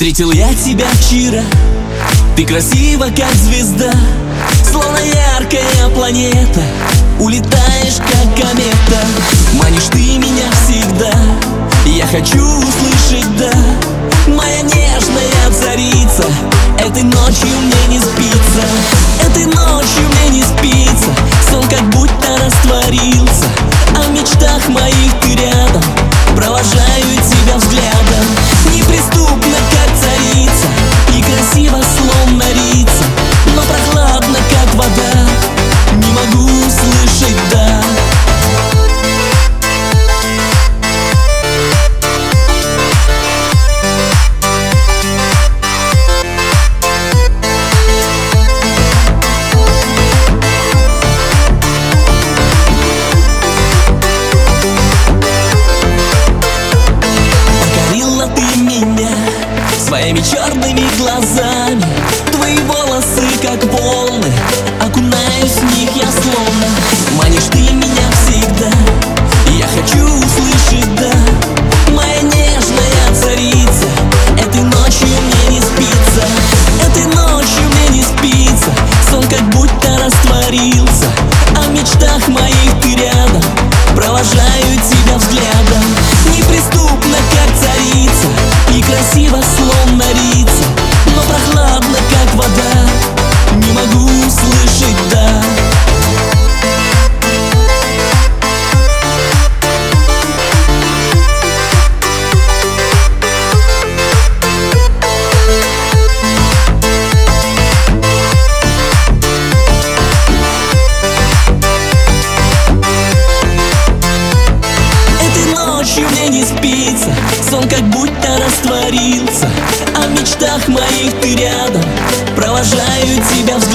Встретил я тебя вчера, ты красива, как звезда, словно яркая планета, улетаешь, как комета. Манишь ты меня всегда, я хочу услышать «да». Моя нежная царица, этой ночью мне не спится, этой ночью мне не спится. Сон как будто растворился, а в мечтах моих ты рядом, провожаю тебя взглядом. Неприступна, как царица, и красиво, словно рица, но прохладно, как вода, не могу услышать «да». Своими черными глазами, твои волосы как волны, окунаюсь в них я словно. Манишь ты меня всегда, я хочу услышать «да». Моя нежная царица, этой ночью мне не спится, этой ночью мне не спится. Сон как будто растворился, а в мечтах моих ты рядом, провожаю тебя взглядом. Неприступна, как царица, и красиво, словно рица, но прохладно, как вода, не могу услышать «да». Мне не спится, сон как будто растворился, а в мечтах моих ты рядом, провожаю тебя взглядом.